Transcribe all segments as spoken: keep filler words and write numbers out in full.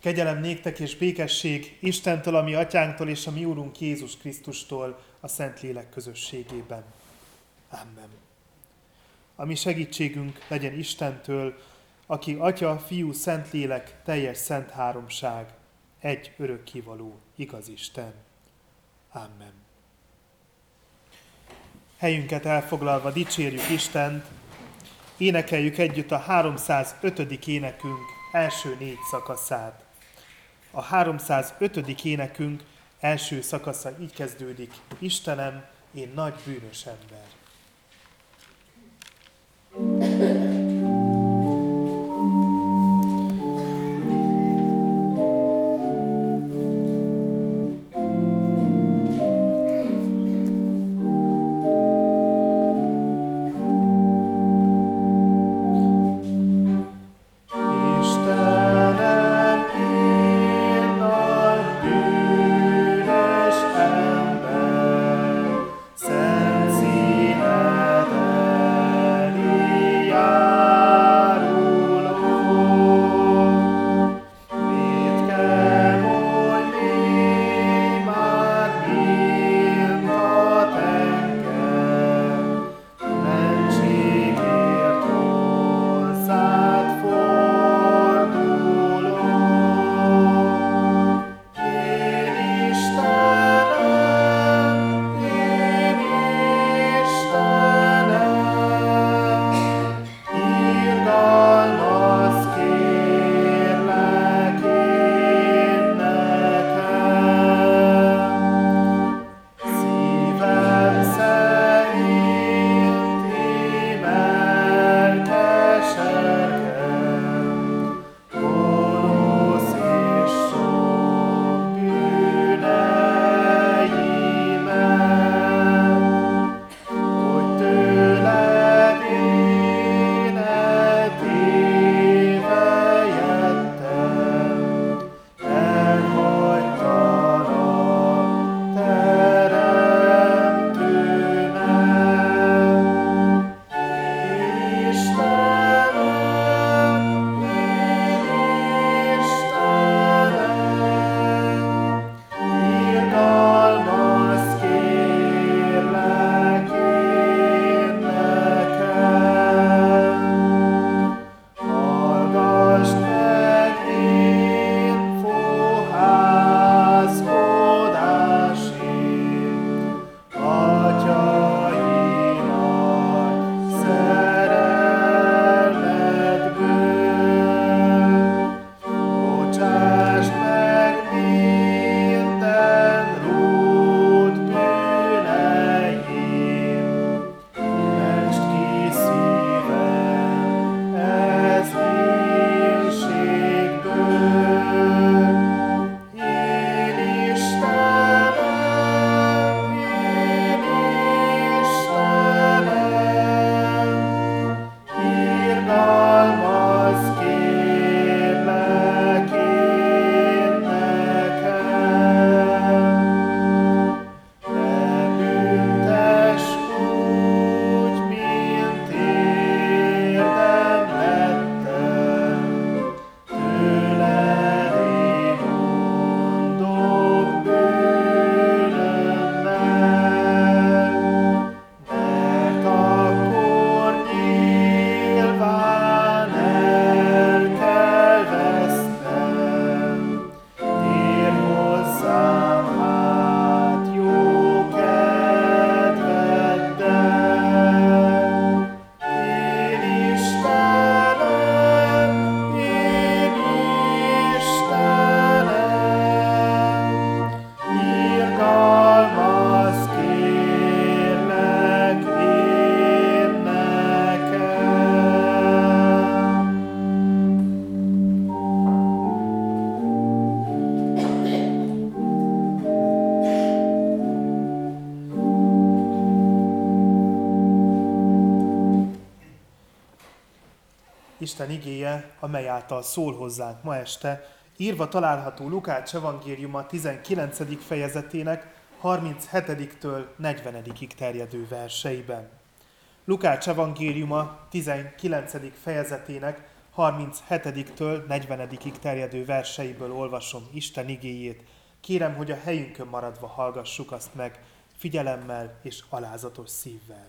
Kegyelem néktek és békesség Istentől, a mi atyánktól és a mi Úrunk Jézus Krisztustól a Szentlélek közösségében. Amen. A mi segítségünk legyen Istentől, aki Atya, Fiú, Szentlélek, teljes szent háromság, egy örökkévaló, igaz Isten. Amen. Helyünket elfoglalva dicsérjük Istent, énekeljük együtt a háromszázötödik énekünk első négy szakaszát. A háromszázötödik énekünk első szakasza így kezdődik: Istenem, én nagy bűnös ember. Isten igéje, amely által szól hozzánk ma este, írva található Lukács evangéliuma tizenkilencedik fejezetének harminchetidiktől negyvenedikig terjedő verseiben. Lukács evangéliuma tizenkilencedik fejezetének harminchetidiktől negyvenedikig terjedő verseiből olvasom Isten igéjét. Kérem, hogy a helyünkön maradva hallgassuk azt meg figyelemmel és alázatos szívvel.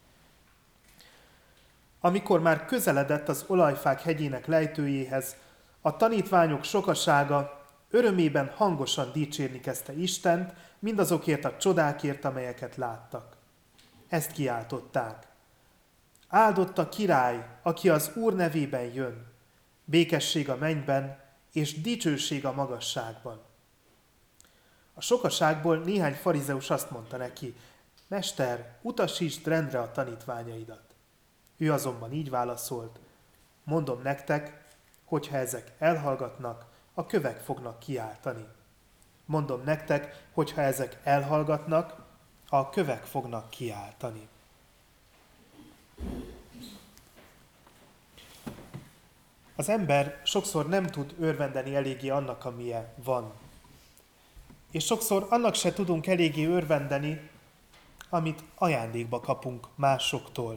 Amikor már közeledett az Olajfák hegyének lejtőjéhez, a tanítványok sokasága örömében hangosan dicsérni kezdte Istent, mindazokért a csodákért, amelyeket láttak. Ezt kiáltották: áldott a király, aki az Úr nevében jön, békesség a mennyben és dicsőség a magasságban. A sokaságból néhány farizeus azt mondta neki: Mester, utasítsd rendre a tanítványaidat. Ő azonban így válaszolt: mondom nektek, hogy ha ezek elhallgatnak, a kövek fognak kiáltani. Mondom nektek, hogy ha ezek elhallgatnak, a kövek fognak kiáltani. Az ember sokszor nem tud örvendeni eléggé annak, amilyen van. És sokszor annak se tudunk eléggé örvendeni, amit ajándékba kapunk másoktól.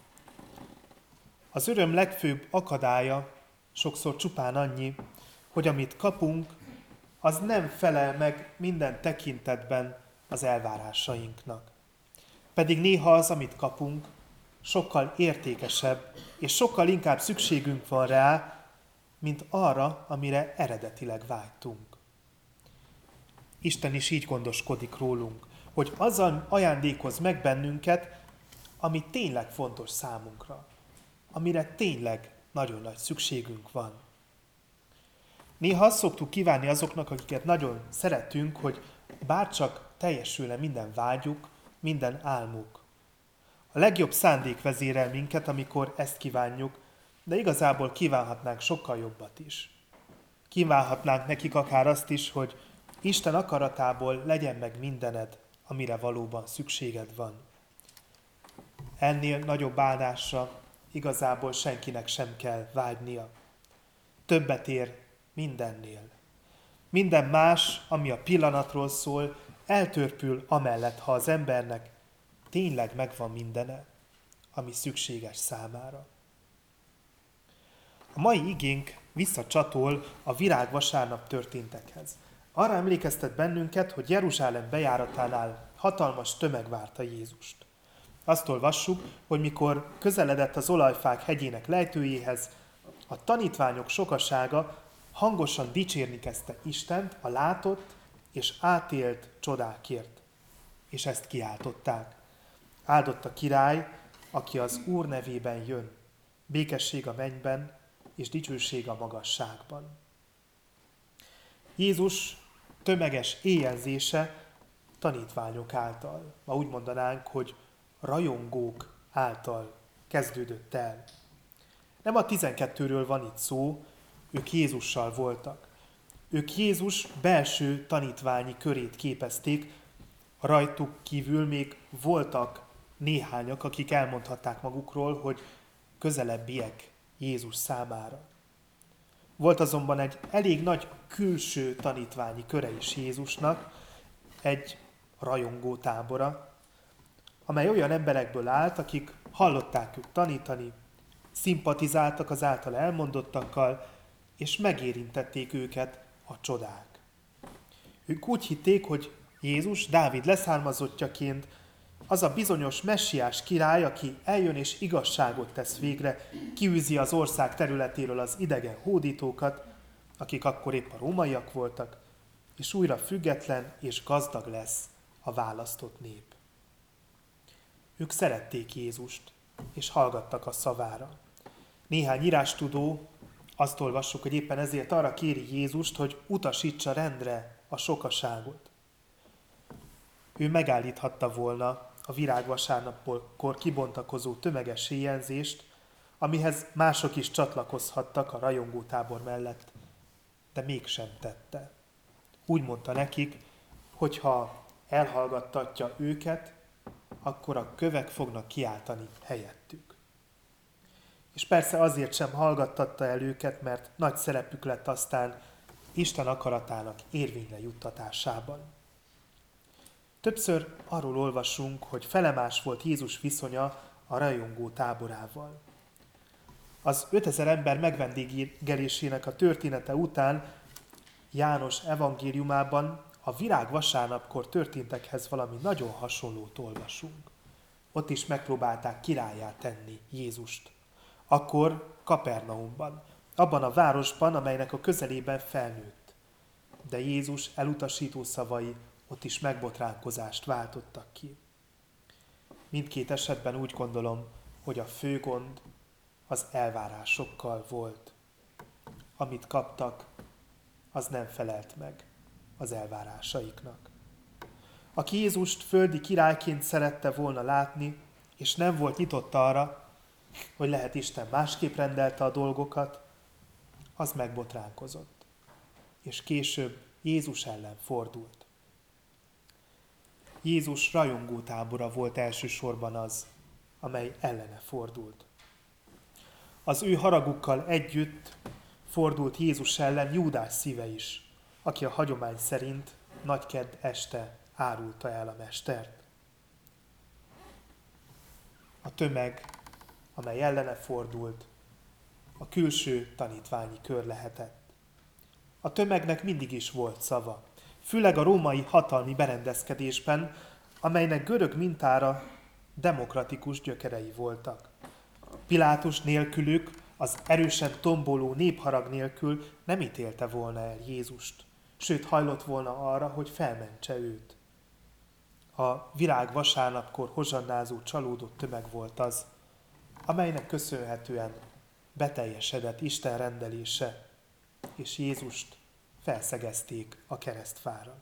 Az öröm legfőbb akadálya sokszor csupán annyi, hogy amit kapunk, az nem felel meg minden tekintetben az elvárásainknak. Pedig néha az, amit kapunk, sokkal értékesebb, és sokkal inkább szükségünk van rá, mint arra, amire eredetileg vágytunk. Isten is így gondoskodik rólunk, hogy azzal ajándékoz meg bennünket, ami tényleg fontos számunkra, amire tényleg nagyon nagy szükségünk van. Néha azt szoktuk kívánni azoknak, akiket nagyon szeretünk, hogy bárcsak teljesülne minden vágyuk, minden álmuk. A legjobb szándék vezérel minket, amikor ezt kívánjuk, de igazából kívánhatnánk sokkal jobbat is. Kívánhatnánk nekik akár azt is, hogy Isten akaratából legyen meg mindened, amire valóban szükséged van. Ennél nagyobb áldásra igazából senkinek sem kell vágynia. Többet ér mindennél. Minden más, ami a pillanatról szól, eltörpül amellett, ha az embernek tényleg megvan mindene, ami szükséges számára. A mai igénk visszacsatol a virágvasárnap történtekhez. Arra emlékeztet bennünket, hogy Jeruzsálem bejáratánál hatalmas tömeg várta Jézust. Azt olvassuk, hogy mikor közeledett az Olajfák hegyének lejtőjéhez, a tanítványok sokasága hangosan dicsérni kezdte Istent a látott és átélt csodákért. És ezt kiáltották: áldott a király, aki az Úr nevében jön, békesség a mennyben és dicsőség a magasságban. Jézus tömeges éjjelzése tanítványok által, ma úgy mondanánk, hogy rajongók által kezdődött el. Nem a tizenkettőről van itt szó, ők Jézussal voltak. Ők Jézus belső tanítványi körét képezték, rajtuk kívül még voltak néhányak, akik elmondhatták magukról, hogy közelebbiek Jézus számára. Volt azonban egy elég nagy külső tanítványi köre is Jézusnak, egy rajongó tábora, amely olyan emberekből állt, akik hallották őt tanítani, szimpatizáltak az által elmondottakkal, és megérintették őket a csodák. Ők úgy hitték, hogy Jézus Dávid leszármazottjaként az a bizonyos messiás király, aki eljön és igazságot tesz végre, kiűzi az ország területéről az idegen hódítókat, akik akkor épp a rómaiak voltak, és újra független és gazdag lesz a választott nép. Ők szerették Jézust, és hallgattak a szavára. Néhány írástudó azt olvassuk, hogy éppen ezért arra kéri Jézust, hogy utasítsa rendre a sokaságot. Ő megállíthatta volna a virágvasárnapkor kibontakozó tömeges éjjelzést, amihez mások is csatlakozhattak a rajongótábor mellett, de mégsem tette. Úgy mondta nekik, hogy ha elhallgattatja őket, akkor a kövek fognak kiáltani helyettük. És persze azért sem hallgattatta el őket, mert nagy szerepük lett aztán Isten akaratának érvényre juttatásában. Többször arról olvasunk, hogy felemás volt Jézus viszonya a rajongó táborával. Az ötezer ember megvendégelésének a története után János evangéliumában a virágvasárnapkor történtekhez valami nagyon hasonlót olvasunk. Ott is megpróbálták királlyá tenni Jézust. Akkor Kapernaumban, abban a városban, amelynek a közelében felnőtt. De Jézus elutasító szavai ott is megbotránkozást váltottak ki. Mindkét esetben úgy gondolom, hogy a fő gond az elvárásokkal volt. Amit kaptak, az nem felelt meg az elvárásaiknak. Aki Jézust földi királyként szerette volna látni, és nem volt nyitott arra, hogy lehet Isten másképp rendelte a dolgokat, az megbotránkozott, és később Jézus ellen fordult. Jézus rajongótábora volt elsősorban az, amely ellene fordult. Az ő haragukkal együtt fordult Jézus ellen Júdás szíve is, aki a hagyomány szerint Nagykedd este árulta el a mestert. A tömeg, amely ellene fordult, a külső tanítványi kör lehetett. A tömegnek mindig is volt szava, főleg a római hatalmi berendezkedésben, amelynek görög mintára demokratikus gyökerei voltak. Pilátus nélkülük, az erősen tomboló népharag nélkül nem ítélte volna el Jézust, sőt hajlott volna arra, hogy felmentse őt. A virágvasárnapkor hozsannázó csalódott tömeg volt az, amelynek köszönhetően beteljesedett Isten rendelése, és Jézust felszegezték a keresztfára.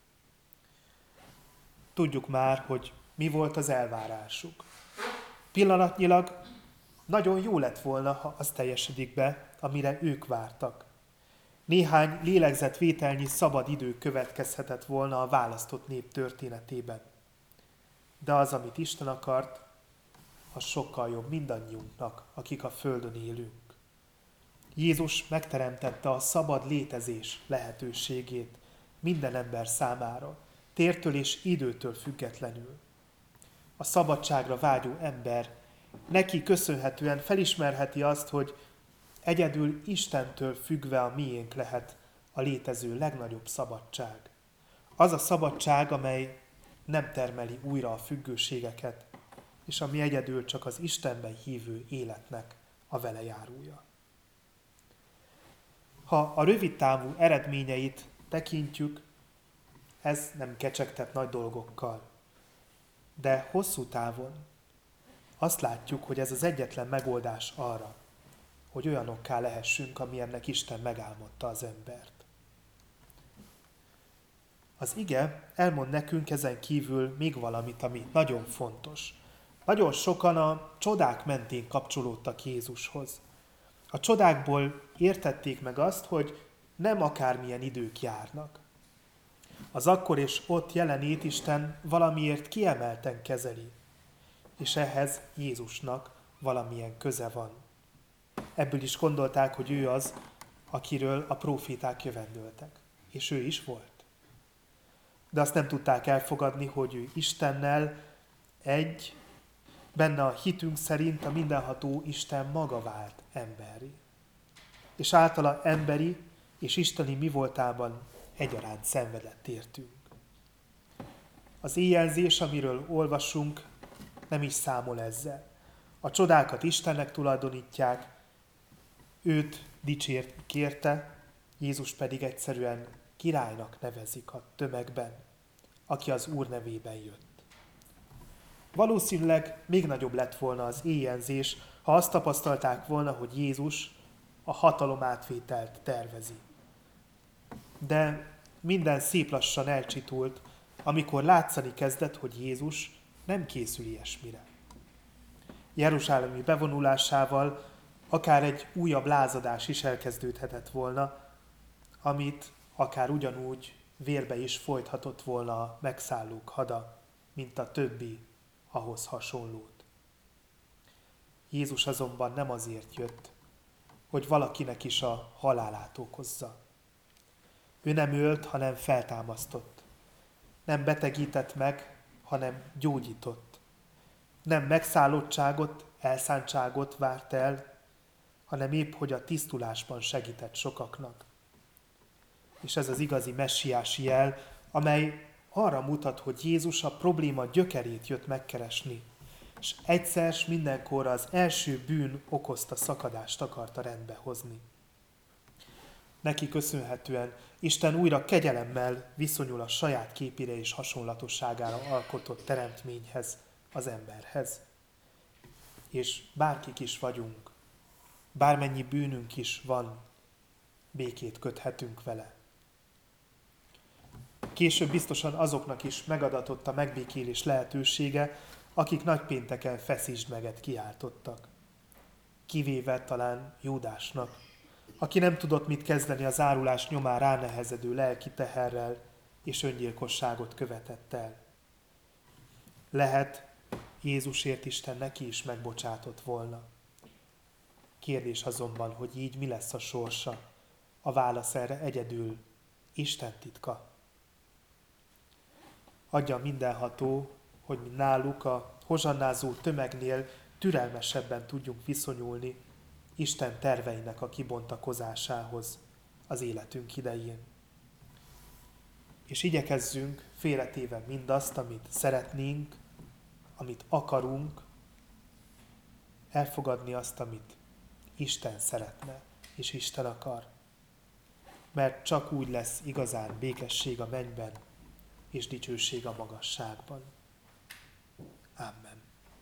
Tudjuk már, hogy mi volt az elvárásuk. Pillanatnyilag nagyon jó lett volna, ha az teljesedik be, amire ők vártak. Néhány lélegzetvételnyi szabad idő következhetett volna a választott nép történetében. De az, amit Isten akart, az sokkal jobb mindannyiunknak, akik a földön élünk. Jézus megteremtette a szabad létezés lehetőségét minden ember számára, tértől és időtől függetlenül. A szabadságra vágyó ember neki köszönhetően felismerheti azt, hogy egyedül Istentől függve a miénk lehet a létező legnagyobb szabadság. Az a szabadság, amely nem termeli újra a függőségeket, és ami egyedül csak az Istenben hívő életnek a velejárója. Ha a rövid távú eredményeit tekintjük, ez nem kecsegtet nagy dolgokkal. De hosszú távon azt látjuk, hogy ez az egyetlen megoldás arra, hogy olyanokká lehessünk, amilyennek Isten megálmodta az embert. Az ige elmond nekünk ezen kívül még valamit, ami nagyon fontos. Nagyon sokan a csodák mentén kapcsolódtak Jézushoz. A csodákból értették meg azt, hogy nem akármilyen idők járnak. Az akkor és ott jelenét Isten valamiért kiemelten kezeli, és ehhez Jézusnak valamilyen köze van. Ebből is gondolták, hogy ő az, akiről a próféták jövendöltek. És ő is volt. De azt nem tudták elfogadni, hogy ő Istennel egy, benne a hitünk szerint a mindenható Isten maga vált emberi. És általa emberi és isteni mi voltában egyaránt szenvedett értünk. Az éjjelzés, amiről olvasunk, nem is számol ezzel. A csodákat Istennek tulajdonítják, őt dicsért kérte, Jézus pedig egyszerűen királynak nevezik a tömegben, aki az Úr nevében jött. Valószínűleg még nagyobb lett volna az éjjelzés, ha azt tapasztalták volna, hogy Jézus a hatalomátvételt tervezi. De minden szép lassan elcsitult, amikor látszani kezdett, hogy Jézus nem készül ilyesmire. Jeruzsálemi bevonulásával akár egy újabb lázadás is elkezdődhetett volna, amit akár ugyanúgy vérbe is folythatott volna a megszállók hada, mint a többi ahhoz hasonlót. Jézus azonban nem azért jött, hogy valakinek is a halálát okozza. Ő nem ölt, hanem feltámasztott. Nem betegített meg, hanem gyógyított. Nem megszállottságot, elszántságot várt el, hanem épp, hogy a tisztulásban segített sokaknak. És ez az igazi messiási jel, amely arra mutat, hogy Jézus a probléma gyökerét jött megkeresni, és egyszer s mindenkorra az első bűn okozta szakadást akarta rendbe hozni. Neki köszönhetően Isten újra kegyelemmel viszonyul a saját képére és hasonlatosságára alkotott teremtményhez, az emberhez. És bárkik is vagyunk, bármennyi bűnünk is van, békét köthetünk vele. Később biztosan azoknak is megadatott a megbékélés lehetősége, akik nagypénteken feszítsd meget kiáltottak. Kivéve talán Júdásnak, aki nem tudott mit kezdeni az árulás nyomán ránehezedő lelki teherrel, és öngyilkosságot követett el. Lehet, Jézusért Isten neki is megbocsátott volna. Kérdés azonban, hogy így mi lesz a sorsa. A válasz erre egyedül Isten titka. Adja mindenható, hogy mi náluk a hozsannázó tömegnél türelmesebben tudjunk viszonyulni Isten terveinek a kibontakozásához az életünk idején. És igyekezzünk félretéve mindazt, amit szeretnénk, amit akarunk, elfogadni azt, amit Isten szeretne és Isten akar. Mert csak úgy lesz igazán békesség a mennyben és dicsőség a magasságban. Amen.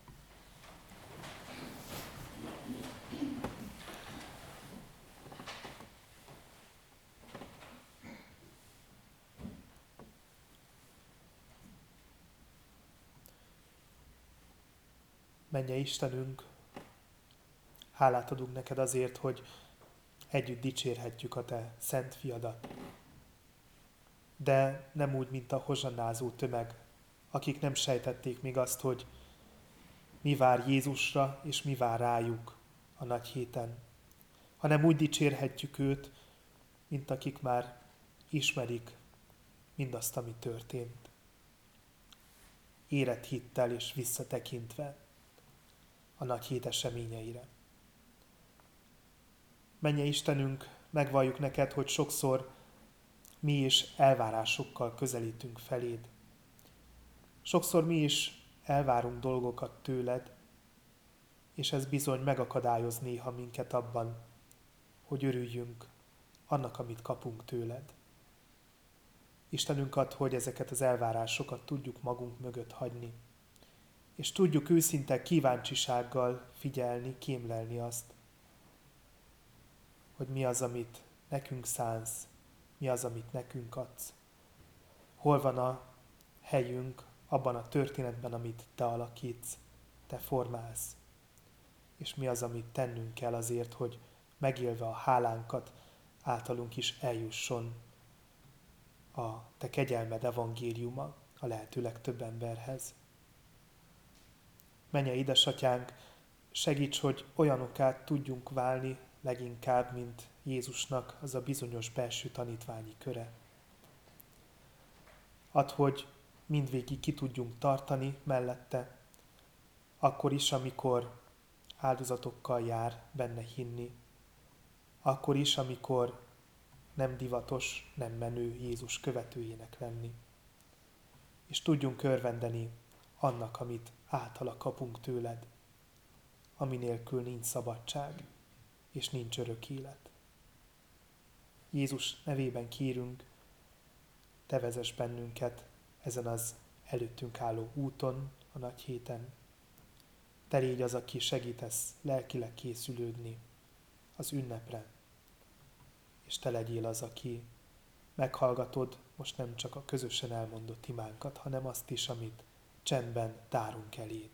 Mennyei Istenünk, hálát adunk neked azért, hogy együtt dicsérhetjük a te szent fiadat. De nem úgy, mint a hozsannázó tömeg, akik nem sejtették még azt, hogy mi vár Jézusra, és mi vár rájuk a nagy héten, hanem úgy dicsérhetjük őt, mint akik már ismerik mindazt, ami történt. Érett hittel és visszatekintve a nagy hét eseményeire. Mennyei Istenünk, megvalljuk neked, hogy sokszor mi is elvárásokkal közelítünk feléd. Sokszor mi is elvárunk dolgokat tőled, és ez bizony megakadályoz néha minket abban, hogy örüljünk annak, amit kapunk tőled. Istenünk, add, hogy ezeket az elvárásokat tudjuk magunk mögött hagyni, és tudjuk őszinte kíváncsisággal figyelni, kémlelni azt, hogy mi az, amit nekünk szánsz, mi az, amit nekünk adsz. Hol van a helyünk abban a történetben, amit te alakítsz, te formálsz. És mi az, amit tennünk kell azért, hogy megélve a hálánkat általunk is eljusson a te kegyelmed evangéliuma a lehető legtöbb emberhez. Mennyei édesatyánk, segíts, hogy olyanokká tudjunk válni leginkább, mint Jézusnak az a bizonyos belső tanítványi köre. Add, hogy mindvégig ki tudjunk tartani mellette, akkor is, amikor áldozatokkal jár benne hinni, akkor is, amikor nem divatos, nem menő Jézus követőjének lenni. És tudjunk örvendeni annak, amit általa kapunk tőled, ami nélkül nincs szabadság, és nincs örök élet. Jézus nevében kérünk, te vezess bennünket ezen az előttünk álló úton, a nagy héten. Te légy az, aki segítesz lelkileg készülődni az ünnepre, és te legyél az, aki meghallgatod most nem csak a közösen elmondott imánkat, hanem azt is, amit csendben tárunk eléd.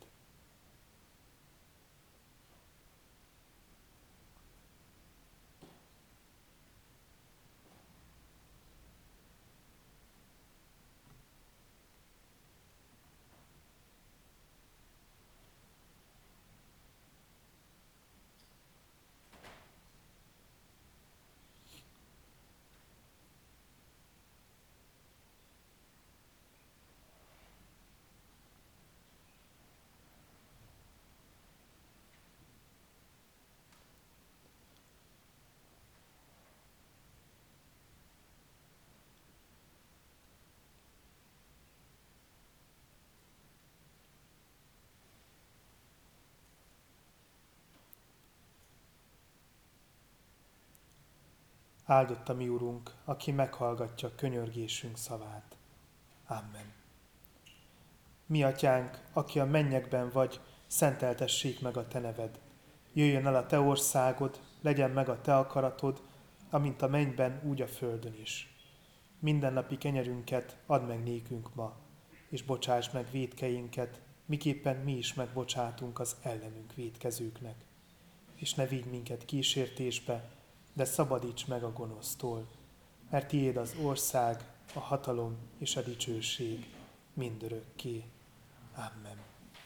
Áldott a mi Urunk, aki meghallgatja könyörgésünk szavát. Amen. Mi atyánk, aki a mennyekben vagy, szenteltessék meg a te neved. Jöjjön el a te országod, legyen meg a te akaratod, amint a mennyben, úgy a földön is. Mindennapi kenyerünket add meg nékünk ma, és bocsáss meg vétkeinket, miképpen mi is megbocsátunk az ellenünk vétkezőknek. És ne vigy minket kísértésbe, de szabadíts meg a gonosztól, mert tiéd az ország, a hatalom és a dicsőség mindörökké. Amen.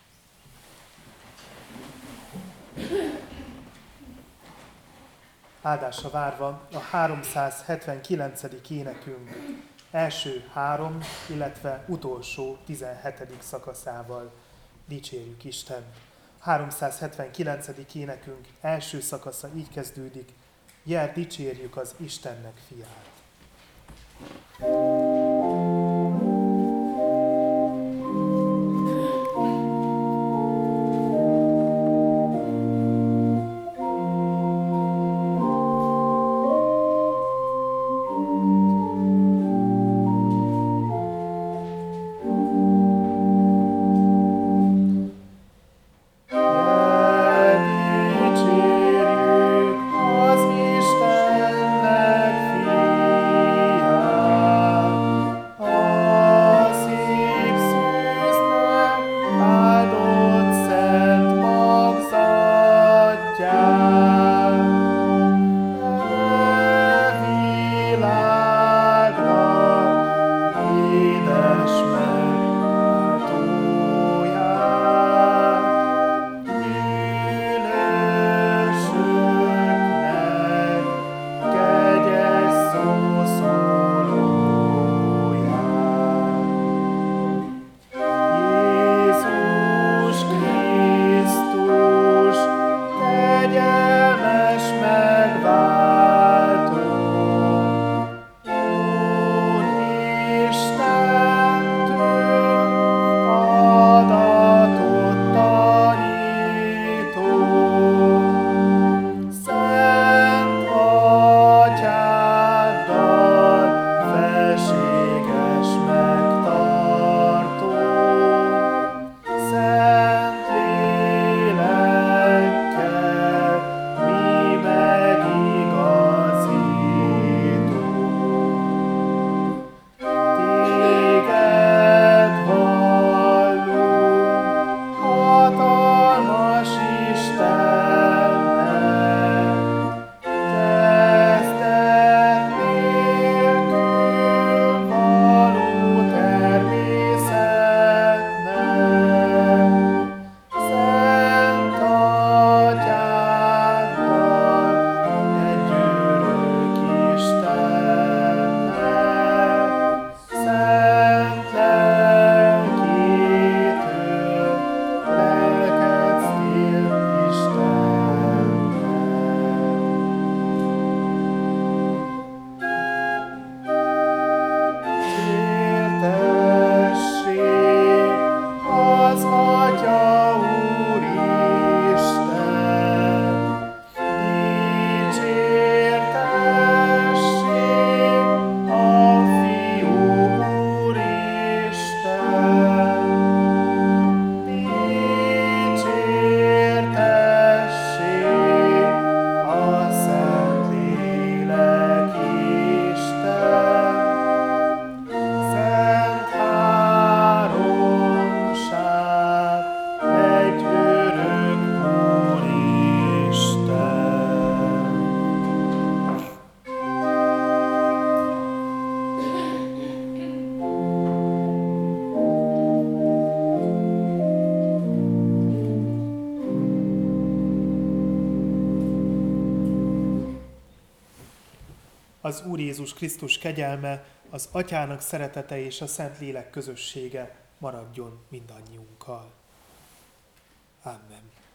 Áldásra várva a háromszázhetvenkilencedik énekünk első három, illetve utolsó tizenhetedik szakaszával dicsérjük Istent. háromszázhetvenkilencedik énekünk első szakasza így kezdődik: Jel, dicsérjük az Istennek fiát. Az Úr Jézus Krisztus kegyelme, az Atyának szeretete és a Szentlélek közössége maradjon mindannyiunkkal. Amen.